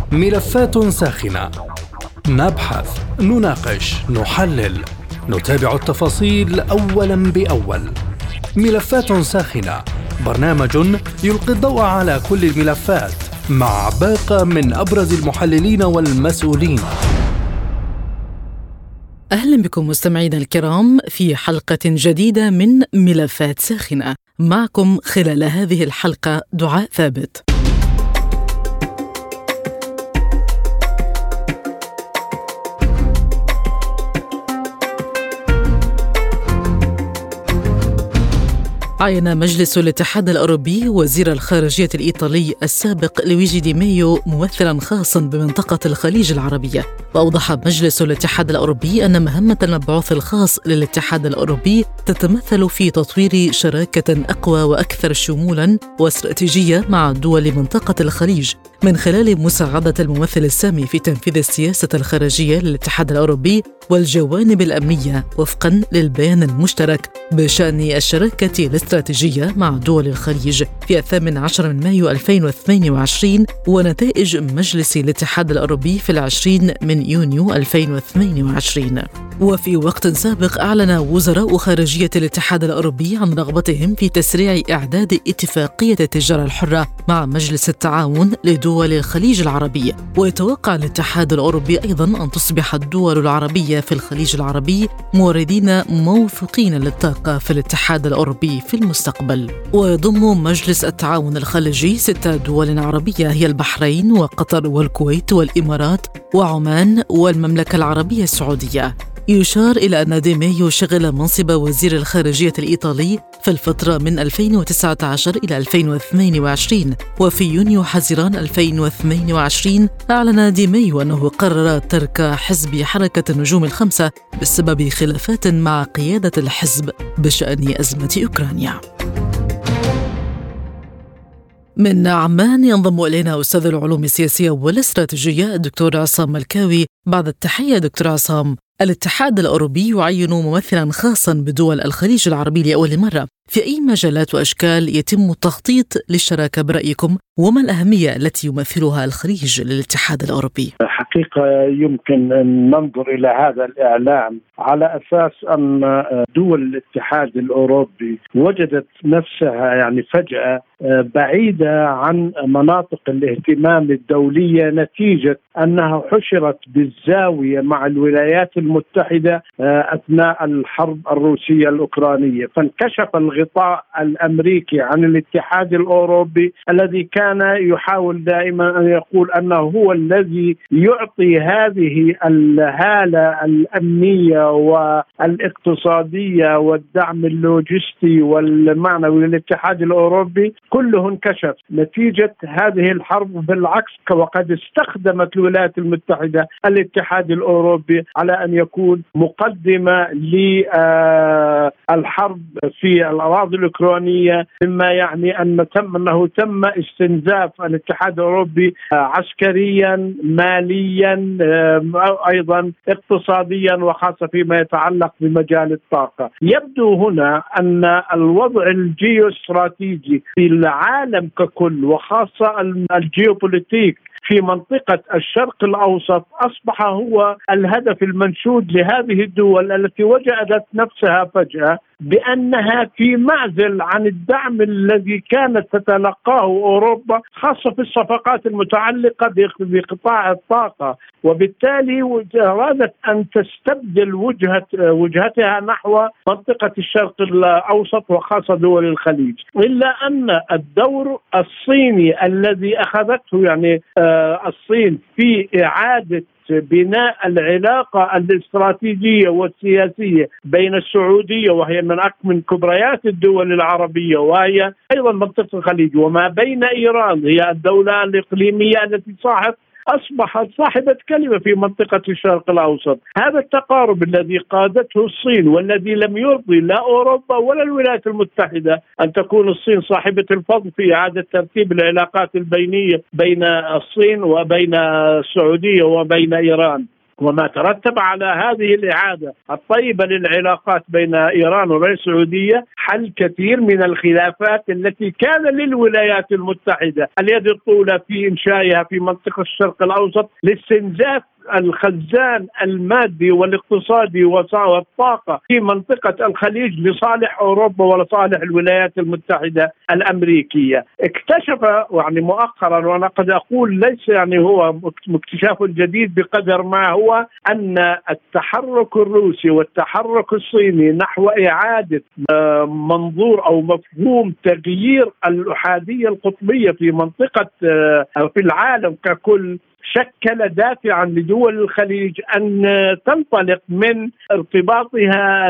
ملفات ساخنة، نبحث، نناقش، نحلل، نتابع التفاصيل أولا بأول. ملفات ساخنة، برنامج يلقي الضوء على كل الملفات مع باقة من أبرز المحللين والمسؤولين. أهلا بكم مستمعينا الكرام في حلقة جديدة من ملفات ساخنة. معكم خلال هذه الحلقة دعاء ثابت. عين مجلس الاتحاد الأوروبي وزير الخارجية الإيطالي السابق لويجي دي مايو ممثلا خاصا بمنطقة الخليج العربية. وأوضح مجلس الاتحاد الأوروبي أن مهمة المبعوث الخاص للاتحاد الأوروبي تتمثل في تطوير شراكة أقوى وأكثر شمولا واستراتيجية مع دول منطقة الخليج من خلال مساعدة الممثل السامي في تنفيذ السياسة الخارجية للاتحاد الأوروبي والجوانب الأمنية وفقا للبيان المشترك بشأن الشراكة الاستراتيجية مع دول الخليج في 18 من مايو 2022 ونتائج مجلس الاتحاد الأوروبي في 20 من يونيو 2022. وفي وقت سابق أعلن وزراء خارجية الاتحاد الأوروبي عن رغبتهم في تسريع إعداد اتفاقية التجارة الحرة مع مجلس التعاون لدول الخليج العربي. ويتوقع الاتحاد الأوروبي أيضا أن تصبح الدول العربية في الخليج العربي موردين موثوقين للطاقة في الاتحاد الأوروبي في المستقبل. ويضم مجلس التعاون الخليجي 6 دول عربية هي البحرين وقطر والكويت والإمارات وعمان والمملكة العربية السعودية. يشار إلى أن دي مايو شغل منصب وزير الخارجية الإيطالي في الفترة من 2019 إلى 2022. وفي يونيو حزيران 2022 أعلن دي مايو أنه قرر ترك حزب حركة النجوم الخمسة بسبب خلافات مع قيادة الحزب بشأن أزمة أوكرانيا. من عمان ينضم إلينا أستاذ العلوم السياسية والاستراتيجية الدكتور عصام ملكاوي. بعد التحية دكتور عصام، الاتحاد الأوروبي يعين ممثلا خاصا بدول الخليج العربي لأول مرة. في أي مجالات وأشكال يتم التخطيط للشراكة برأيكم؟ وما الأهمية التي يمثلها الخليج للاتحاد الأوروبي؟ حقيقة يمكن أن ننظر إلى هذا الإعلان على أساس أن دول الاتحاد الأوروبي وجدت نفسها فجأة بعيدة عن مناطق الاهتمام الدولية نتيجة أنها حشرت بالزاوية مع الولايات المتحدة أثناء الحرب الروسية الأوكرانية، فانكشف الغطاء الأمريكي عن الاتحاد الأوروبي الذي كان يحاول دائما أن يقول أنه هو الذي يعطي هذه الهالة الأمنية والاقتصادية والدعم اللوجستي والمعنوي للاتحاد الأوروبي. كله انكشف نتيجة هذه الحرب. بالعكس، وقد استخدمت الولايات المتحدة الاتحاد الأوروبي على أن يكون مقدمة للحرب في الأراضي الأوكرانية، مما يعني أنه تم استنزاف الاتحاد الأوروبي عسكريا، ماليا، أيضا اقتصاديا، وخاصة فيما يتعلق بمجال الطاقة. يبدو هنا أن الوضع الجيوستراتيجي في العالم ككل وخاصة الجيوبوليتيك في منطقة الشرق الأوسط أصبح هو الهدف المنشود لهذه الدول التي وجدت نفسها فجأة بأنها في معزل عن الدعم الذي كانت تتلقاه أوروبا، خاصة في الصفقات المتعلقة بقطاع الطاقة، وبالتالي أرادت أن تستبدل وجهتها نحو منطقة الشرق الأوسط وخاصة دول الخليج. إلا أن الدور الصيني الذي أخذته الصين في إعادة بناء العلاقة الاستراتيجية والسياسية بين السعودية وهي من كبريات الدول العربية وهي أيضا منطقة الخليج، وما بين إيران هي الدولة الإقليمية التي أصبحت صاحبة كلمة في منطقة الشرق الأوسط. هذا التقارب الذي قادته الصين والذي لم يرضي لا أوروبا ولا الولايات المتحدة أن تكون الصين صاحبة الفضل في إعادة ترتيب العلاقات البينية بين الصين وبين السعودية وبين إيران. وما ترتب على هذه الإعادة الطيبة للعلاقات بين إيران والعربية السعودية حل كثير من الخلافات التي كان للولايات المتحدة اليد الطولى في إنشائها في منطقة الشرق الأوسط لاستنزاف الخزان المادي والاقتصادي والطاقة في منطقة الخليج لصالح أوروبا ولصالح الولايات المتحدة الأمريكية. اكتشف يعني مؤخرا، وأنا قد أقول ليس يعني هو اكتشاف جديد بقدر ما هو أن التحرك الروسي والتحرك الصيني نحو إعادة منظور أو مفهوم تغيير الأحادية القطبية في منطقة أو في العالم ككل شكل دافعا لدول الخليج أن تنطلق من ارتباطها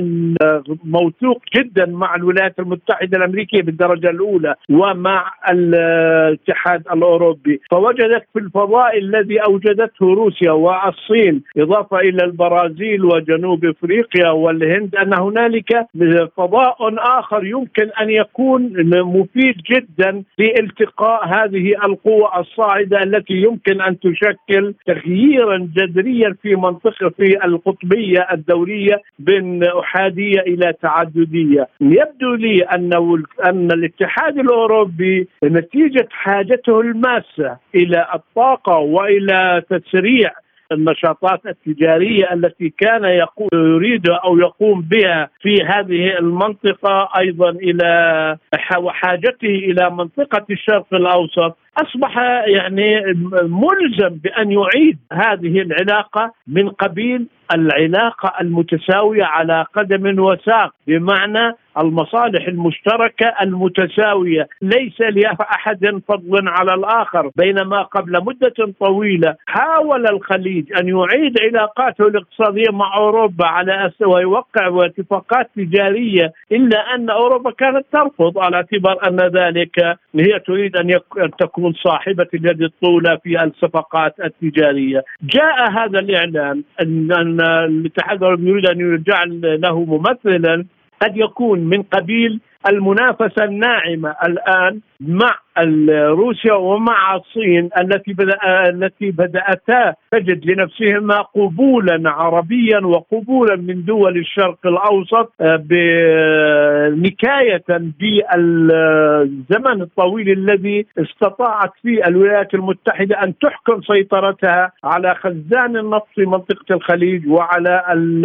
الموثوق جدا مع الولايات المتحدة الأمريكية بالدرجة الأولى ومع الاتحاد الأوروبي، فوجدت في الفضاء الذي أوجدته روسيا والصين إضافة إلى البرازيل وجنوب أفريقيا والهند أن هنالك فضاء آخر يمكن أن يكون مفيد جدا لالتقاء هذه القوى الصاعدة التي يمكن أن تشكل تغييرا جذريا في منطقة في القطبية الدورية من أحادية إلى تعددية. يبدو لي أن الاتحاد الأوروبي نتيجة حاجته الماسة إلى الطاقة وإلى تسريع النشاطات التجارية التي كان يريد أو يقوم بها في هذه المنطقة، أيضا إلى وحاجته إلى منطقة الشرق الأوسط، أصبح يعني ملزم بأن يعيد هذه العلاقة من قبيل العلاقة المتساوية على قدم وساق، بمعنى المصالح المشتركة المتساوية، ليس لأحد فضل على الآخر. بينما قبل مدة طويلة حاول الخليج أن يعيد علاقاته الاقتصادية مع أوروبا على أساس ويوقع اتفاقات تجارية، إلا أن أوروبا كانت ترفض على اعتبار أن ذلك هي تريد أن تكون صاحبة اليد الطولى في الصفقات التجارية. جاء هذا الإعلان أن الاتحاد الأوروبي يريد أن يجعل له ممثلا قد يكون من قبيل المنافسة الناعمة الآن مع روسيا ومع الصين التي بدأتا تجد لنفسهما قبولا عربيا وقبولا من دول الشرق الأوسط بنكاية بالزمن الطويل الذي استطاعت فيه الولايات المتحدة أن تحكم سيطرتها على خزان النفط في منطقة الخليج وعلى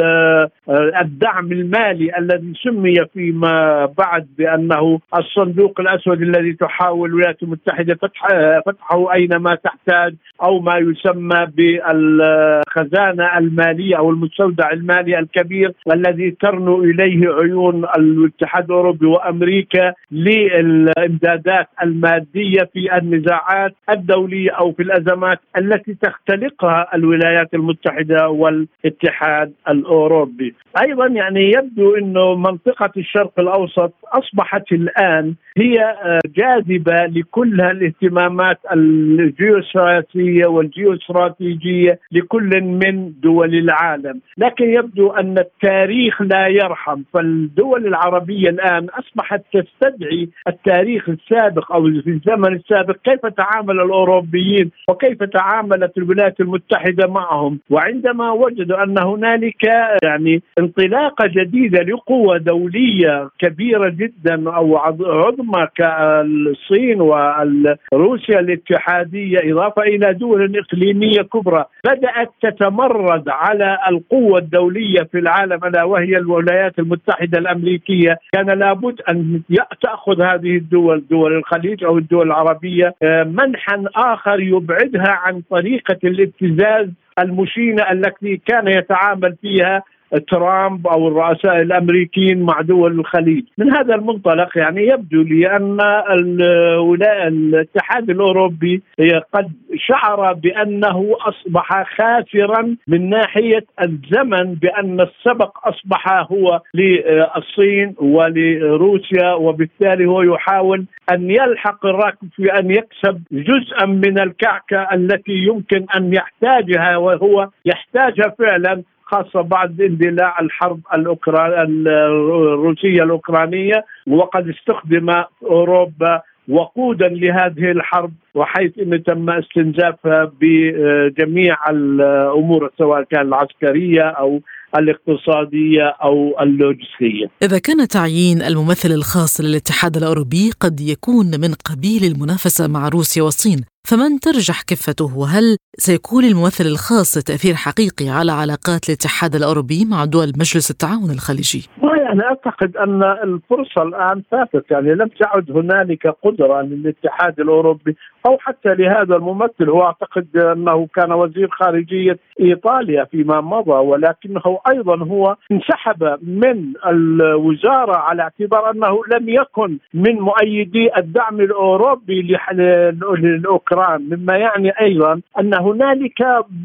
الدعم المالي الذي سمي فيما بعد بأنه الصندوق الأسود الذي تحاول الولايات المتحدة فتحه أينما تحتاج، أو ما يسمى بالخزانة المالية أو المستودع المالي الكبير الذي ترنو إليه عيون الاتحاد الأوروبي وأمريكا للإمدادات المادية في النزاعات الدولية أو في الأزمات التي تختلقها الولايات المتحدة والاتحاد الأوروبي. أيضا يعني يبدو أنه منطقة الشرق الأوسط أصبحت الآن هي جاذبة لكل الاهتمامات الجيوسياسية والجيوستراتيجية لكل من دول العالم، لكن يبدو أن التاريخ لا يرحم، فالدول العربية الآن أصبحت تستدعي التاريخ السابق أو في الزمن السابق، كيف تعامل الأوروبيين وكيف تعاملت الولايات المتحدة معهم. وعندما وجدوا أن هنالك يعني انطلاقة جديدة لقوة دولية كبيرة جدا أو عظمى كالصين وروسيا الاتحادية إضافة إلى دول إقليمية كبرى بدأت تتمرد على القوة الدولية في العالم ألا وهي الولايات المتحدة الأمريكية، كان لابد أن تأخذ هذه الدول، دول الخليج أو الدول العربية، منحا آخر يبعدها عن طريقة الابتزاز المشينة التي كان يتعامل فيها ترامب أو الرؤساء الأمريكيين مع دول الخليج. من هذا المنطلق يعني يبدو لي أن الاتحاد الأوروبي قد شعر بأنه أصبح خاسرا من ناحية الزمن، بأن السبق أصبح هو للصين ولروسيا، وبالتالي هو يحاول أن يلحق الركب في أن يكسب جزءا من الكعكة التي يمكن أن يحتاجها، وهو يحتاجها فعلا خاصة بعد اندلاع الحرب الروسية الأوكرانية. وقد استخدم أوروبا وقودا لهذه الحرب، وحيث أن تم استنزافها بجميع الأمور سواء كان العسكرية أو الاقتصادية أو اللوجستية. إذا كان تعيين الممثل الخاص للاتحاد الأوروبي قد يكون من قبيل المنافسة مع روسيا والصين، فمن ترجح كفته؟ وهل سيكون الممثل الخاص تأثير حقيقي على علاقات الاتحاد الأوروبي مع دول مجلس التعاون الخليجي؟ يعني أعتقد أن الفرصة الآن فاتت، يعني لم تعد هنالك قدرة للاتحاد الأوروبي أو حتى لهذا الممثل. هو أعتقد أنه كان وزير خارجية إيطاليا فيما مضى، ولكنه أيضا هو انسحب من الوزارة على اعتبار أنه لم يكن من مؤيدي الدعم الأوروبي للأوكران، مما يعني أيضا أن هنالك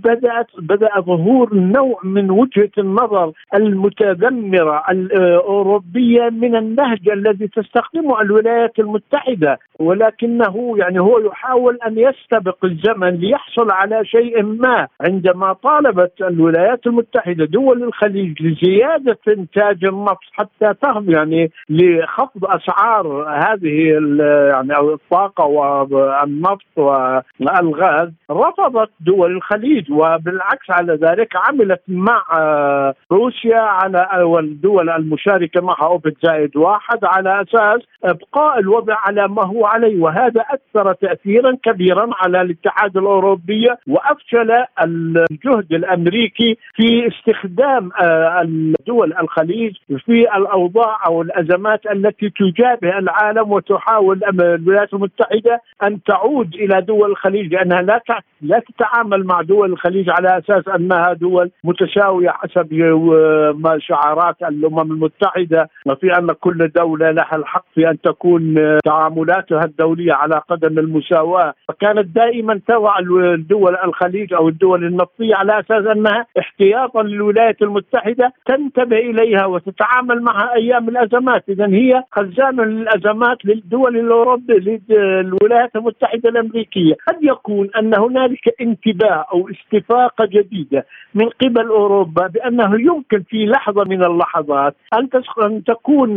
بدأ ظهور نوع من وجهة النظر المتذمرة الأوروبية من النهج الذي تستخدمه الولايات المتحدة، ولكنه يعني هو يحاول أن يستبق الزمن ليحصل على شيء ما. عندما طالبت الولايات المتحدة دول الخليج لزيادة إنتاج النفط حتى يعني لخفض أسعار هذه يعني الطاقة والنفط والغاز، رفضت دول الخليج، وبالعكس على ذلك عملت مع روسيا على والدول المشاركة معها أوبك +1 على أساس إبقاء الوضع على ما هو عليه، وهذا أثر تأثيرا كبيرا على الاتحاد الأوروبي، وأفشل الجهد الأمريكي في استخدام الدول الخليج في الأوضاع أو الأزمات التي تجابه العالم، وتحاول الولايات المتحدة أن تعود إلى دول الخليج، لأنها لا تتعامل مع دول الخليج على أساس أنها دول متساوية حسب ما شعارات الأمم المتحدة، وفي أن كل دولة لها الحق في أن تكون تعاملاتها الدولية على قدم المساواة. فكانت دائما تضع الدول الخليج أو الدول النفطية على أساس أنها احتياطا للولايات المتحدة تنتبه إليها وتتعامل معها أيام الأزمات. إذن هي خزانة للأزمات للدول الأوروبية للولايات المتحدة الأمريكية. قد يكون أن هنالك انتباه أو استفاقة جديدة من قبل أوروبا بأنه يمكن في لحظة من اللحظات أن تكون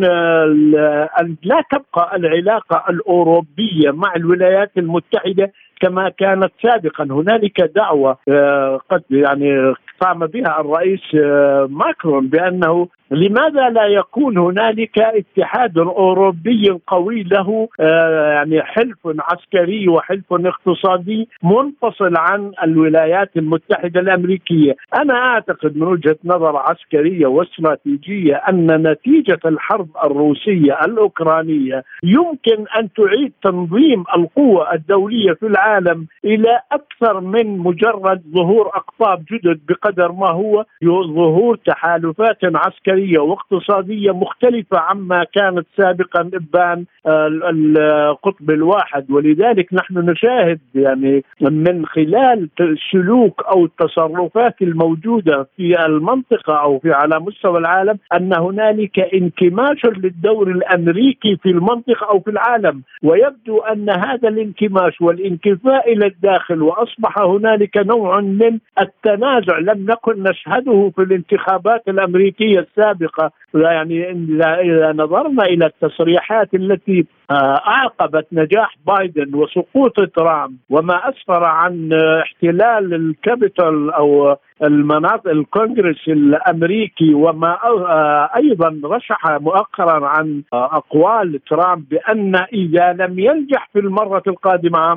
لا تبقى العلاقة الأوروبية مع الولايات المتحدة كما كانت سابقا. هنالك دعوة قد يعني قام بها الرئيس ماكرون بأنه لماذا لا يكون هنالك اتحاد أوروبي قوي له يعني حلف عسكري وحلف اقتصادي منفصل عن الولايات المتحدة الأمريكية. أنا أعتقد من وجهة نظر عسكرية واستراتيجية أن نتيجة الحرب الروسية الأوكرانية يمكن أن تعيد تنظيم القوة الدولية في العالم إلى أكثر من مجرد ظهور أقطاب جدد، بقدر ما هو ظهور تحالفات عسكرية واقتصادية مختلفة عما كانت سابقا إبان القطب الواحد. ولذلك نحن نشاهد يعني من خلال السلوك أو التصرفات الموجودة في المنطقة أو على مستوى العالم أن هنالك انكماش للدور الأمريكي في المنطقة أو في العالم، ويبدو أن هذا الانكماش والانكفاء إلى الداخل وأصبح هنالك نوع من التنازع لم نكن نشهده في الانتخابات الأمريكية السابقة. يعني إذا نظرنا إلى التصريحات التي أعقبت نجاح بايدن وسقوط ترامب وما أسفر عن احتلال الكابيتال أو المناطق الكونغرس الأمريكي، وما أيضا رشح مؤخرا عن أقوال ترامب بأن إذا لم ينجح في المرة القادمة عام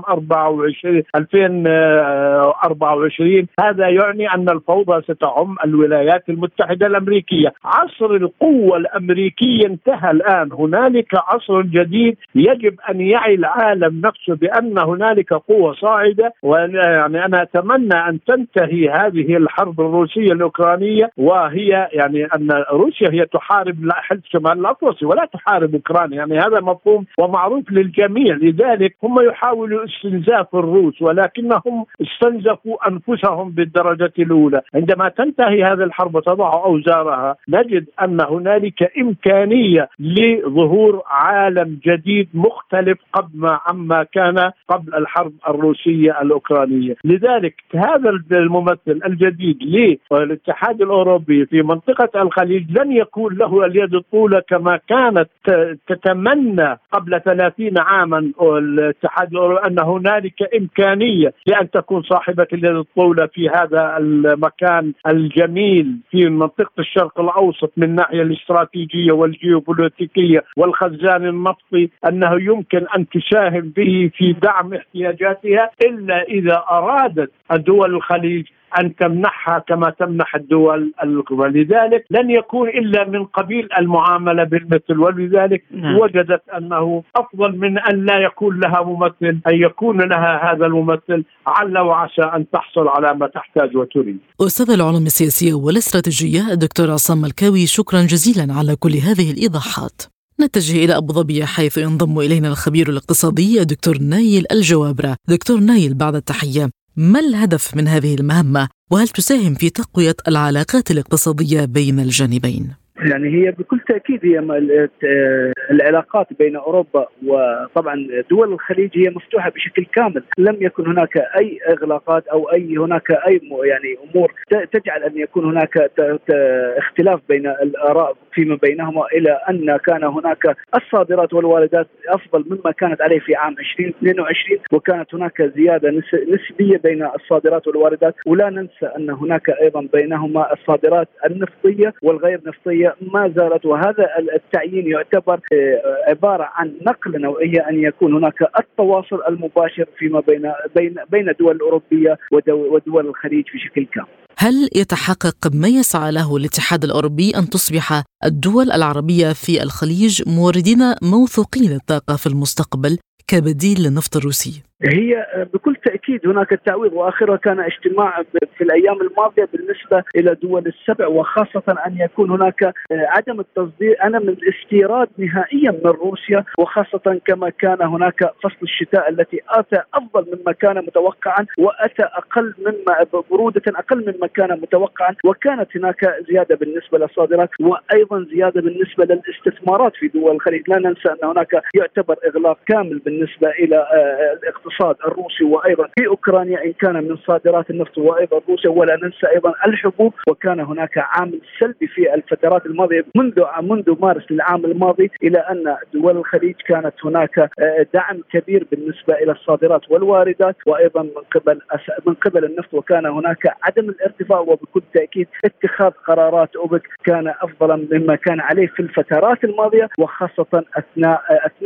2024 هذا يعني أن الفوضى ستعم الولايات المتحدة الأمريكية. عصر القوة الأمريكية انتهى الآن، هنالك عصر جديد يجب أن يعي العالم نفسه بأن هنالك قوة صاعدة. ويعني أنا أتمنى أن تنتهي هذه الحرب الروسية الأوكرانية، وهي يعني أن روسيا هي تحارب حلف شمال الأطلسي ولا تحارب أوكرانيا، يعني هذا مفهوم ومعروف للجميع. لذلك هم يحاولوا استنزاف الروس ولكنهم استنزفوا أنفسهم بالدرجة الأولى. عندما تنتهي هذه الحرب وتضع أوزارها نجد أن هنالك إمكانية لظهور عالم جديد مختلف عما كان قبل الحرب الروسية الأوكرانية. لذلك هذا الممثل الجديد للاتحاد الأوروبي في منطقة الخليج لن يكون له اليد الطولة كما كانت تتمنى قبل 30 عاما الاتحاد الأوروبي أن هنالك إمكانية لأن تكون صاحبة اليد الطولة في هذا المكان الجميل في منطقة الشرق الأوسط من الناحية الاستراتيجية والجيوبوليتيكية والخزان النفطي، أنه يمكن أن تساهم به في دعم احتياجاتها إلا إذا أرادت الدول الخليج أن تمنحها كما تمنح الدول الكبرى. لذلك لن يكون إلا من قبيل المعاملة بالمثل، ولذلك وجدت أنه أفضل من أن لا يكون لها ممثل أن يكون لها هذا الممثل عل وعسى أن تحصل على ما تحتاج وتريد. أستاذ العلوم السياسية والاستراتيجية الدكتور عصام ملكاوي، شكرا جزيلا على كل هذه الإيضاحات. نتجه إلى أبو ظبي حيث ينضم إلينا الخبير الاقتصادي الدكتور نايل الجوابرة. دكتور نايل، بعد التحية، ما الهدف من هذه المهمة وهل تساهم في تقوية العلاقات الاقتصادية بين الجانبين؟ يعني هي بكل تأكيد هي العلاقات بين أوروبا وطبعا دول الخليج هي مفتوحة بشكل كامل. لم يكن هناك أي إغلاقات أو هناك أي يعني أمور تجعل أن يكون هناك اختلاف بين الآراء فيما بينهما، إلى أن كان هناك الصادرات والواردات أفضل مما كانت عليه في عام 2022، وكانت هناك زيادة نسبية بين الصادرات والواردات. ولا ننسى أن هناك أيضا بينهما الصادرات النفطية والغير نفطية ما زالت، وهذا التعيين يعتبر عبارة عن نقل نوعية أن يكون هناك التواصل المباشر فيما بين الدول الأوروبية ودول الخليج بشكل كامل. هل يتحقق ما يسعى له الاتحاد الأوروبي أن تصبح الدول العربية في الخليج موردين موثوقين للطاقة في المستقبل كبديل للنفط الروسي؟ هي بكل تأكيد هناك التعويض، وآخرها كان اجتماع في الأيام الماضية بالنسبة إلى دول السبع، وخاصة أن يكون هناك عدم التصدير من الاستيراد نهائيا من روسيا، وخاصة كما كان هناك فصل الشتاء التي أتى أفضل مما كان متوقعا، وأتى أقل مما برودة أقل مما كان متوقعا، وكانت هناك زيادة بالنسبة للصادرات وأيضا زيادة بالنسبة للاستثمارات في دول الخليج. لا ننسى أن هناك يعتبر إغلاق كامل بالنسبة إلى الاقتصاد الروسي وأيضا في أوكرانيا إن كان من صادرات النفط وأيضا روسيا، ولا ننسى أيضا الحبوب، وكان هناك عامل سلبي في الفترات الماضية منذ مارس العام الماضي، إلى أن دول الخليج كانت هناك دعم كبير بالنسبة إلى الصادرات والواردات وأيضا من قبل النفط، وكان هناك عدم الارتفاع، وبكل تأكيد اتخاذ قرارات أوبك كان أفضل مما كان عليه في الفترات الماضية، وخاصة أثناء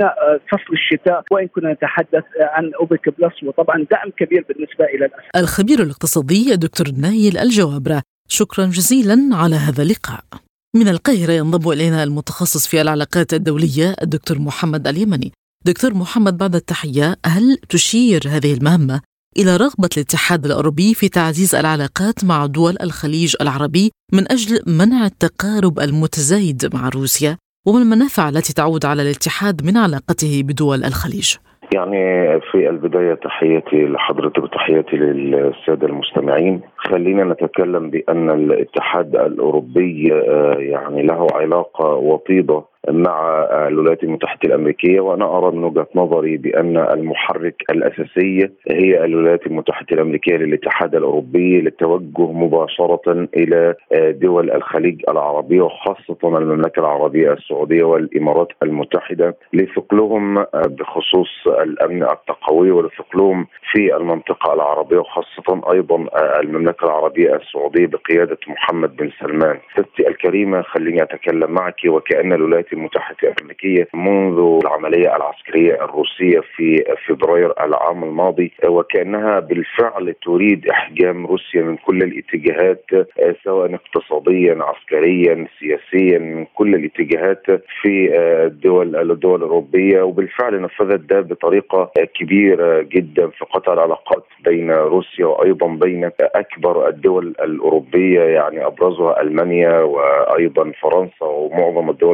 فصل الشتاء، وإن كنا نتحدث عن أوبك بلس، وطبعا دعم كبير بالنسبة إلى الأسف. الخبير الاقتصادي الدكتور نايل الجوابرة، شكرا جزيلا على هذا اللقاء. من القاهرة ينضم إلينا المتخصص في العلاقات الدولية الدكتور محمد اليمني. دكتور محمد، بعد التحية، هل تشير هذه المهمة إلى رغبة الاتحاد الأوروبي في تعزيز العلاقات مع دول الخليج العربي من أجل منع التقارب المتزايد مع روسيا؟ وما المنافع التي تعود على الاتحاد من علاقته بدول الخليج؟ يعني في البداية تحياتي لحضرتك وتحياتي للسادة المستمعين. خلينا نتكلم بأن الاتحاد الأوروبي يعني له علاقة وطيدة مع الولايات المتحدة الأمريكية، وأنا أرى من وجهة نظري بأن المحرك الأساسي هي الولايات المتحدة الأمريكية للاتحاد الأوروبي للتوجه مباشرة إلى دول الخليج العربية، وخاصة المملكة العربية السعودية والإمارات المتحدة، لثقلهم بخصوص الأمن التقوي ولثقلهم في المنطقة العربية، وخاصة أيضا المملكة العربية السعودية بقيادة محمد بن سلمان. ستي الكريمة، خليني أتكلم معك وكأن الولايات المتحدة الأمريكية منذ العملية العسكرية الروسية في فبراير العام الماضي وكأنها بالفعل تريد إحجام روسيا من كل الاتجاهات، سواء اقتصاديا عسكريا سياسيا، من كل الاتجاهات في الدول الأوروبية، وبالفعل نفذت ده بطريقة كبيرة جدا في قطع العلاقات بين روسيا وأيضا بين أكبر الدول الأوروبية، يعني أبرزها ألمانيا وأيضا فرنسا ومعظم الدول الأخرى.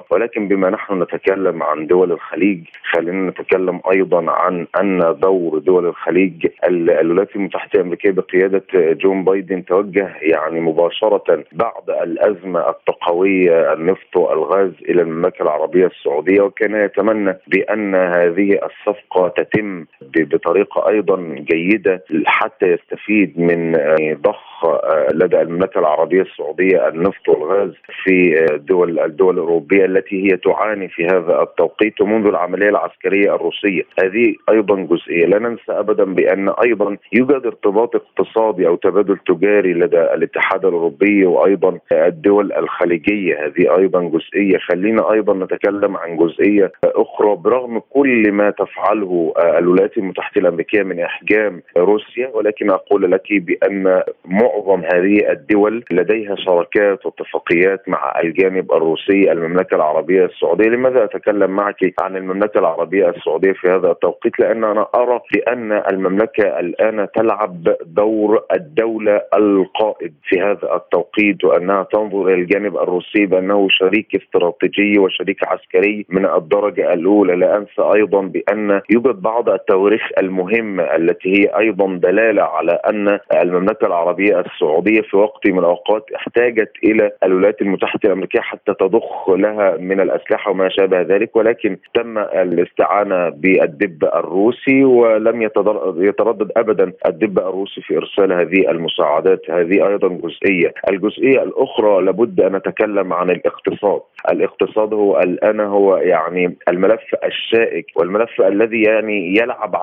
الأخرى، ولكن بما نحن نتكلم عن دول الخليج خلينا نتكلم أيضا عن أن دور دول الخليج. الولايات المتحدة الأمريكية بقيادة جون بايدن توجه يعني مباشرة بعد الأزمة التقوية النفط والغاز إلى المملكة العربية السعودية، وكان يتمنى بأن هذه الصفقة تتم بطريقة أيضا جيدة حتى يستفيد من ضخ لدى المملكة العربية السعودية النفط والغاز في الدول الأوروبية التي هي تعاني في هذا التوقيت ومنذ العملية العسكرية الروسية. هذه أيضا جزئية. لا ننسى أبدا بأن أيضا يوجد ارتباط اقتصادي أو تبادل تجاري لدى الاتحاد الأوروبي وأيضا الدول الخليجية، هذه أيضا جزئية. خلينا أيضا نتكلم عن جزئية أخرى. برغم كل ما تفعله الولايات المتحدة الأمريكية من إحجام روسيا، ولكن أقول لك بأن معظم هذه الدول لديها شراكات واتفاقيات مع الجانب الروسي. المملكة العربية السعودية، لماذا أتكلم معك عن المملكة العربية السعودية في هذا التوقيت؟ لأن أنا أرى بأن المملكة الآن تلعب دور الدولة القائد في هذا التوقيت، وأنها تنظر إلى الجانب الروسي بأنه شريك استراتيجي وشريك عسكري من الدرجة الأولى. لا أنسى أيضا بأن يوجد بعض التواريخ المهمة التي هي أيضا دلالة على أن المملكة العربية السعودية في وقت من الأوقات احتاجت إلى الولايات المتحدة الأمريكية حتى تضخ لها من الأسلحة وما شابه ذلك، ولكن تم الاستعانة بالدب الروسي ولم يتردد أبدا الدب الروسي في إرسال هذه المساعدات. هذه أيضا جزئية. الجزئية الأخرى لابد أن نتكلم عن الاقتصاد. الاقتصاد هو الآن هو يعني الملف الشائك والملف الذي يعني تلعب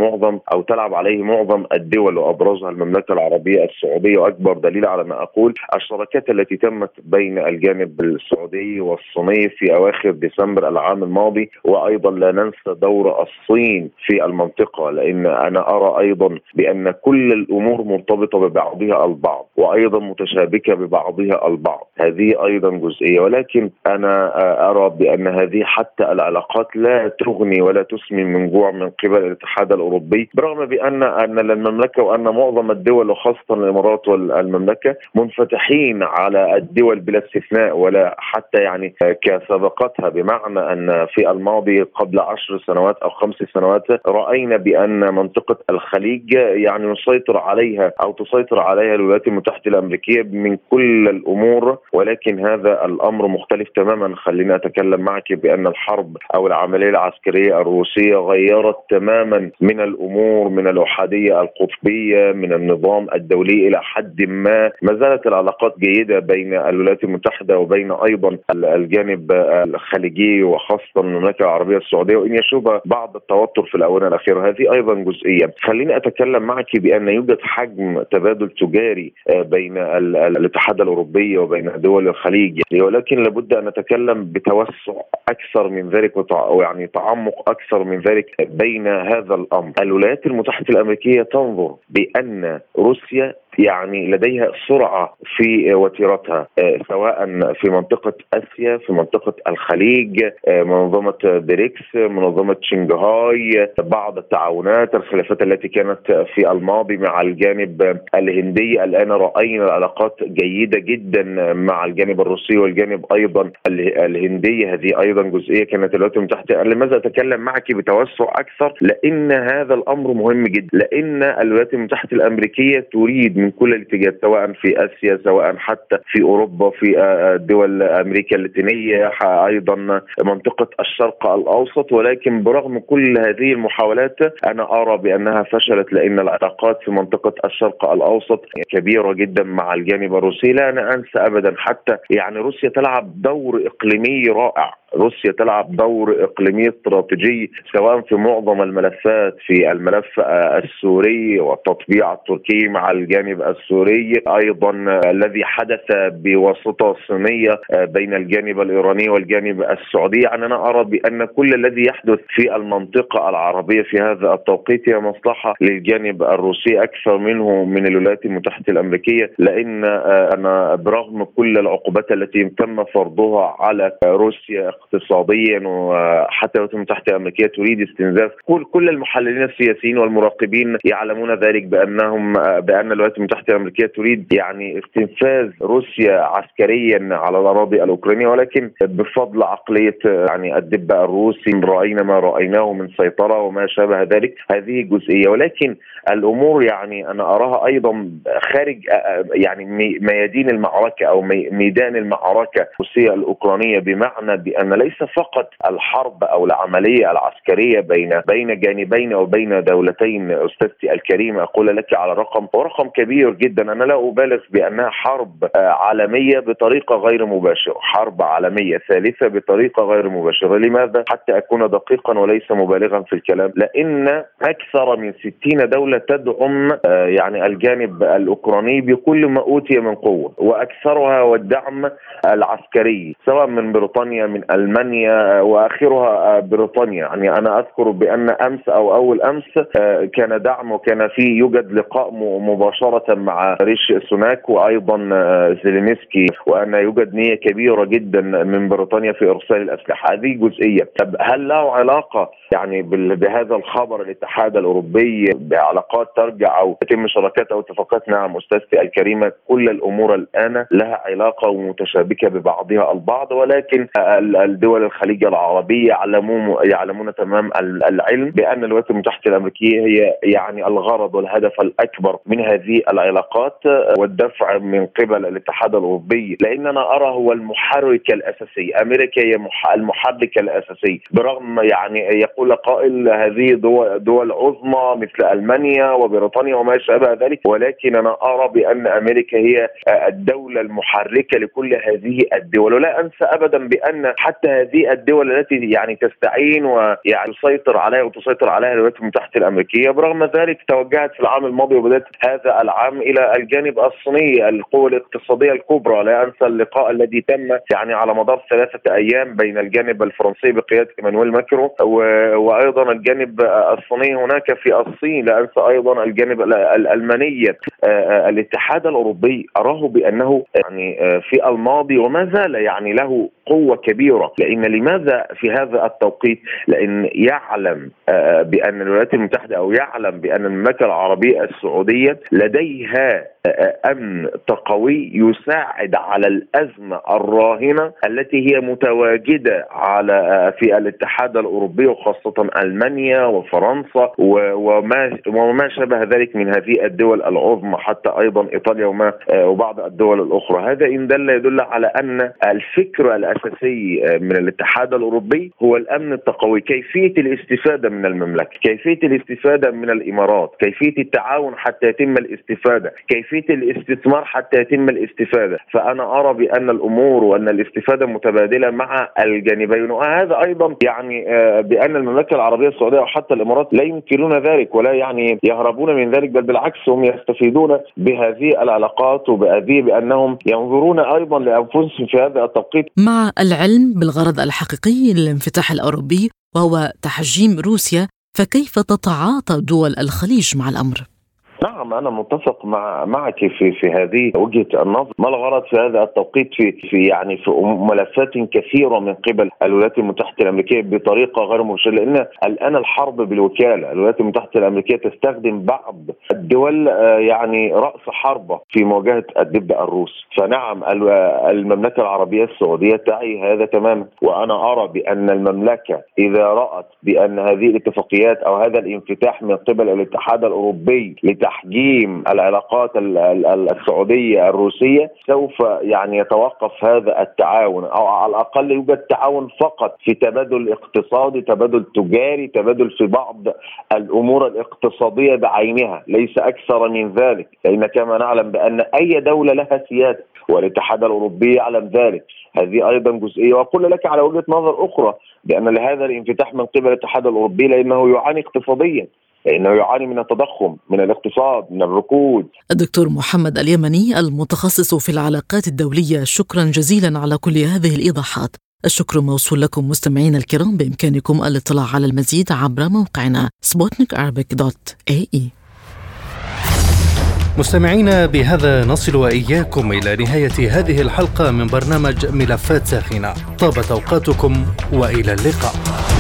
عليه معظم الدول وأبرزها المملكة العربية السعودية. وأكبر دليل على ما أقول الشراكات التي تمت بين الجانب السعودي والصيني في أواخر ديسمبر العام الماضي، وأيضا لا ننسى دور الصين في المنطقة، لأن أنا أرى أيضا بأن كل الأمور مرتبطة ببعضها البعض وأيضا متشابكة ببعضها البعض. هذه أيضا جزئية. ولكن أنا أرى بأن هذه حتى العلاقات لا تغني ولا تسمن من جوع من قبل الاتحاد الأوروبي، برغم بأن المملكة وأن معظم الدول وخاصة الإمارات والمملكة منفتحين على الدول بلا استثناء ولا حتى يعني كسابقتها، بمعنى أن في الماضي قبل 10 سنوات أو 5 سنوات رأينا بأن منطقة الخليج يعني تسيطر عليها الولايات المتحدة الأمريكية من كل الأمور، ولكن هذا الأمر مختلف تماما. خليني أتكلم معك بأن الحرب أو العملية العسكرية الروسية غيرت تماما من الأمور، من الأحادية القطبية، من النظام الدولي إلى حد ما زالت العلاقات جيدة بين الولايات المتحدة وبين أيضا الجانب الخليجي وخاصة المملكة العربية السعودية، وإن يشوب بعض التوتر في الآونة الأخيرة. هذه أيضا جزئية. خليني أتكلم معك بأن يوجد حجم تبادل تجاري بين الاتحاد الأوروبي وبين دول الخليج، ولكن لابد أن نتكلم بتوسع أكثر من ذلك ويعني تعمق أكثر من ذلك بين هذا الأمر. الولايات المتحدة الأمريكية تنظر بأن روسيا يعني لديها سرعة في وتيرتها، سواء في منطقة آسيا، في منطقة الخليج، منظمة بريكس، منظمة شنغهاي، بعض التعاونات، الخلافات التي كانت في الماضي مع الجانب الهندي. الآن رأينا العلاقات جيدة جدا مع الجانب الروسي والجانب أيضا الهندي. هذه أيضا جزئية كانت الولايات المتحدة. لماذا أتكلم معك بتوسع أكثر؟ لأن هذا الأمر مهم جدا، لأن الولايات المتحدة الأمريكية تريد من كل الاتجاهات، سواء في آسيا، سواء حتى في أوروبا، في دول أمريكا اللاتينية، أيضا منطقة الشرق الأوسط. ولكن برغم كل هذه المحاولات أنا أرى بأنها فشلت، لأن العلاقات في منطقة الشرق الأوسط كبيرة جدا مع الجانب الروسي. لا أنا أنسى أبدا حتى يعني روسيا تلعب دور إقليمي رائع، روسيا تلعب دور إقليمي استراتيجي سواء في معظم الملفات، في الملف السوري والتطبيع التركي مع الجانب السوري، أيضا الذي حدث بواسطة صينية بين الجانب الإيراني والجانب السعودي. يعني أنا أرى بأن كل الذي يحدث في المنطقة العربية في هذا التوقيت هي مصلحة للجانب الروسي أكثر منه من الولايات المتحدة الأمريكية، لأن أنا برغم كل العقوبات التي تم فرضها على روسيا اقتصاديا، وحتى الولايات المتحدة الأمريكية تريد استنزاف. كل المحللين السياسيين والمراقبين يعلمون ذلك بأن الولايات المتحدة الأمريكية تريد يعني استنفاذ روسيا عسكريا على الأراضي الأوكرانية، ولكن بفضل عقلية يعني الدب الروسي رأينا ما رأيناه من سيطرة وما شابه ذلك. هذه جزئية، ولكن الأمور يعني أنا أراها أيضا خارج يعني ميادين المعركة أو ميدان المعركة الروسية الأوكرانية، بمعنى بأن ليس فقط الحرب أو العملية العسكرية بين جانبين أو بين دولتين. أستاذتي الكريمة أقول لك على رقم كبير جدا، أنا لا أبالغ بأنها حرب عالمية بطريقة غير مباشرة، حرب عالمية ثالثة بطريقة غير مباشرة. لماذا؟ حتى أكون دقيقا وليس مبالغا في الكلام، لأن أكثر من 60 دولة تدعم يعني الجانب الأوكراني بكل ما أوتي من قوة، وأكثرها والدعم العسكري سواء من بريطانيا من ألمانيا وآخرها بريطانيا. يعني أنا أذكر بأن أمس أو أول أمس كان دعم، وكان فيه يوجد لقاء مباشرة مع ريشي سوناك وأيضا زيلينسكي، وأن يوجد نية كبيرة جدا من بريطانيا في إرسال الأسلحة. هذه جزئية. طب هل له علاقة يعني بهذا الخبر الاتحاد الأوروبي بعلاقات ترجع أو تتم شراكات أو اتفاقات؟ نعم أستاذتي الكريمة، كل الأمور الآن لها علاقة ومتشابكة ببعضها البعض، ولكن الدول الخليج العربية يعلمون تمام العلم بأن الولايات المتحدة الأمريكية هي يعني الغرض والهدف الأكبر من هذه العلاقات والدفع من قبل الاتحاد الأوروبي، لأن أنا أرى هو المحرك الأساسي. أمريكا هي المحرك الأساسي، برغم يعني يقول قائل هذه دول عظمى مثل ألمانيا وبريطانيا وما شابه ذلك، ولكن أنا أرى بأن أمريكا هي الدولة المحركة لكل هذه الدول. ولا أنسى أبدا بأن حتى هذه الدول التي يعني تستعين ويعني تسيطر عليها الولايات المتحدة الأمريكية، برغم ذلك توجهت في العام الماضي وبدأت هذا العام إلى الجانب الصيني، القوة الاقتصادية الكبرى. لا أنسى اللقاء الذي تم يعني على مدار 3 أيام بين الجانب الفرنسي بقيادة إيمانويل ماكرون وأيضا الجانب الصيني هناك في الصين. لا أنسى أيضا الجانب الألماني. الاتحاد الأوروبي أراه بأنه يعني في الماضي وما زال يعني له قوة كبيرة. لماذا في هذا التوقيت؟ لأن يعلم بأن الولايات المتحدة أو يعلم بأن المملكة العربية السعودية لديها أمن تقوي يساعد على الأزمة الراهنة التي هي متواجدة في الاتحاد الأوروبي، وخاصة ألمانيا وفرنسا وما شابه ذلك من هذه الدول العظمى، حتى أيضا إيطاليا وبعض الدول الأخرى. هذا إن يدل على أن الفكر الأساسي من الاتحاد الأوروبي هو الأمن التقوي، كيفية الاستفادة من المملكة، كيفية الاستفادة من الإمارات، كيفية التعاون حتى يتم الاستفادة، كيفية الاستثمار حتى يتم الاستفادة. فأنا أرى بأن الأمور وأن الاستفادة متبادلة مع الجانبين، وهذا أيضا يعني بأن المملكة العربية السعودية وحتى الإمارات لا ينكرون ذلك ولا يعني يهربون من ذلك، بل بالعكس هم يستفيدون بهذه العلاقات وبهذه بأنهم ينظرون أيضا لأنفسهم في هذا التوقيت. مع العلم بالغرض الحقيقي للانفتاح الأوروبي وهو تحجيم روسيا، فكيف تتعاطى دول الخليج مع الأمر؟ نعم أنا متفق معك في هذه وجهة النظر. ما الغرض في هذا التوقيت في ملفات كثيرة من قبل الولايات المتحدة الأمريكية بطريقة غير مباشرة؟ لأن الآن الحرب بالوكالة، الولايات المتحدة الأمريكية تستخدم بعض الدول يعني رأس حربة في مواجهة الدب الروسي. فنعم المملكة العربية السعودية تعي هذا تماما، وأنا أرى بأن المملكة إذا رأت بأن هذه الاتفاقيات أو هذا الانفتاح من قبل الاتحاد الأوروبي تحجيم العلاقات السعودية الروسية، سوف يعني يتوقف هذا التعاون، أو على الأقل يوجد تعاون فقط في تبادل اقتصادي، تبادل تجاري، تبادل في بعض الأمور الاقتصادية بعينها، ليس أكثر من ذلك. لأن كما نعلم بأن أي دولة لها سيادة والاتحاد الأوروبي يعلم ذلك. هذه أيضا جزئية. وأقول لك على وجهة نظر أخرى بأن لهذا الانفتاح من قبل الاتحاد الأوروبي لأنه يعاني اقتصاديا، لأنه يعاني من التضخم، من الاقتصاد، من الركود. الدكتور محمد اليمني المتخصص في العلاقات الدولية، شكرا جزيلا على كل هذه الإيضاحات. الشكر موصول لكم مستمعينا الكرام. بإمكانكم الاطلاع على المزيد عبر موقعنا sputnikarabic.ae. مستمعينا، بهذا نصل وإياكم إلى نهاية هذه الحلقة من برنامج ملفات ساخنة. طابت أوقاتكم وإلى اللقاء.